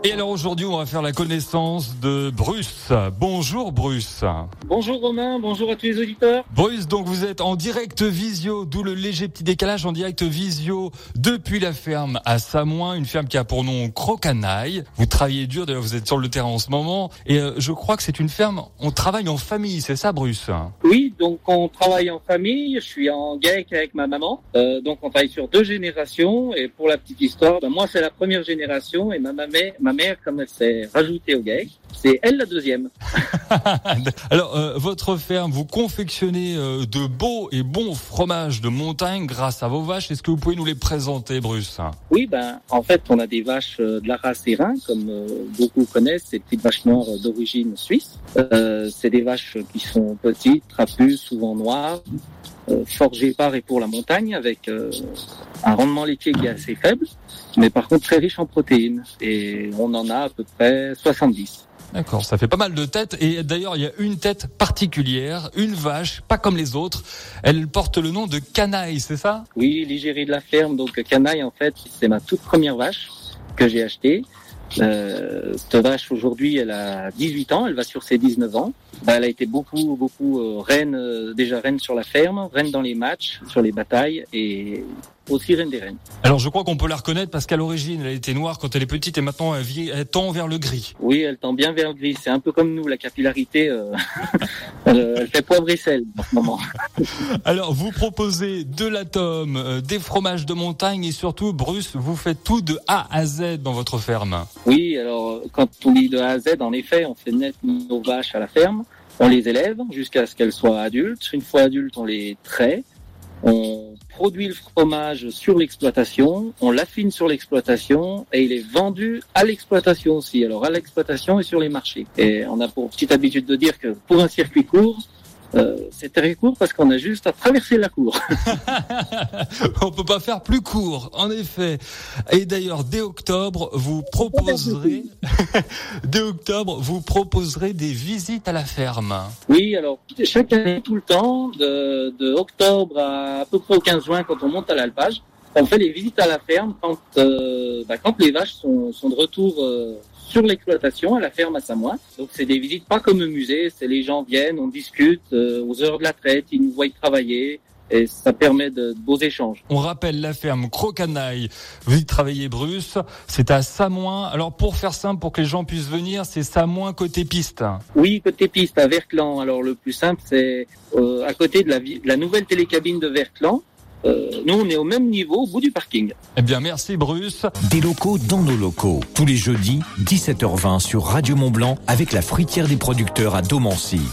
Et alors aujourd'hui, on va faire la connaissance de Bruce. Bonjour Bruce. Bonjour Romain, bonjour à tous les auditeurs. Bruce, donc vous êtes en direct visio, d'où le léger petit décalage, en direct visio depuis la ferme à Samoin, une ferme qui a pour nom Crocanaille. Vous travaillez dur, d'ailleurs vous êtes sur le terrain en ce moment. Et je crois que c'est une ferme, on travaille en famille, c'est ça Bruce? Oui, donc on travaille en famille, je suis en GAEC avec ma maman. Donc on travaille sur 2 générations. Et pour la petite histoire, moi c'est la première génération et ma mère, comme elle s'est rajoutée au GAEC, c'est elle la deuxième. Alors, votre ferme, vous confectionnez de beaux et bons fromages de montagne grâce à vos vaches. Est-ce que vous pouvez nous les présenter, Bruce? Oui, en fait, on a des vaches de la race Hérin, comme beaucoup connaissent, ces petites vaches noires d'origine suisse. C'est des vaches qui sont petites, trapues, souvent noires, forgées par et pour la montagne, avec un rendement laitier qui est assez faible, mais par contre très riche en protéines. Et on en a à peu près 70. D'accord, ça fait pas mal de têtes. Et d'ailleurs, il y a une tête particulière, une vache, pas comme les autres. Elle porte le nom de Canaille, c'est ça? Oui, l'égérie de la ferme. Donc Canaille, en fait, c'est ma toute première vache que j'ai achetée. Cette vache, aujourd'hui, elle a 18 ans, elle va sur ses 19 ans. Elle a été beaucoup reine, déjà reine sur la ferme, reine dans les matchs, sur les batailles et aussi reine des reines. Alors je crois qu'on peut la reconnaître parce qu'à l'origine elle était noire quand elle est petite et maintenant elle tend vers le gris. Oui, elle tend bien vers le gris, c'est un peu comme nous, la capillarité, elle fait poivre et sel en ce moment. Alors vous proposez de l'atome, des fromages de montagne et surtout Bruce, vous faites tout de A à Z dans votre ferme. Oui, alors quand on dit de A à Z, en effet, on fait naître nos vaches à la ferme, on les élève jusqu'à ce qu'elles soient adultes. Une fois adultes, on les traite, on produit le fromage sur l'exploitation, on l'affine sur l'exploitation et il est vendu à l'exploitation aussi. Alors à l'exploitation et sur les marchés. Et on a pour petite habitude de dire que pour un circuit court, c'est très court parce qu'on a juste à traverser la cour. On peut pas faire plus court, en effet. Et d'ailleurs, dès octobre, vous proposerez des visites à la ferme. Oui, alors chaque année, tout le temps, de octobre à peu près au 15 juin, quand on monte à l'alpage, on fait les visites à la ferme quand les vaches sont de retour sur l'exploitation à la ferme à Samoin. Donc c'est des visites pas comme au musée, c'est les gens viennent, on discute aux heures de la traite, ils nous voient travailler et ça permet de beaux échanges. On rappelle la ferme Crocanaille. Vous y travaillez Bruce, c'est à Samoin. Alors pour faire simple, pour que les gens puissent venir, c'est Samoin côté piste. Oui, côté piste à Verclan. Alors le plus simple c'est à côté de la nouvelle télécabine de Verclan. Nous, on est au même niveau, au bout du parking. Eh bien, merci Bruce. Des locaux dans nos locaux. Tous les jeudis, 17h20 sur Radio Mont-Blanc avec la fruitière des producteurs à Domancy.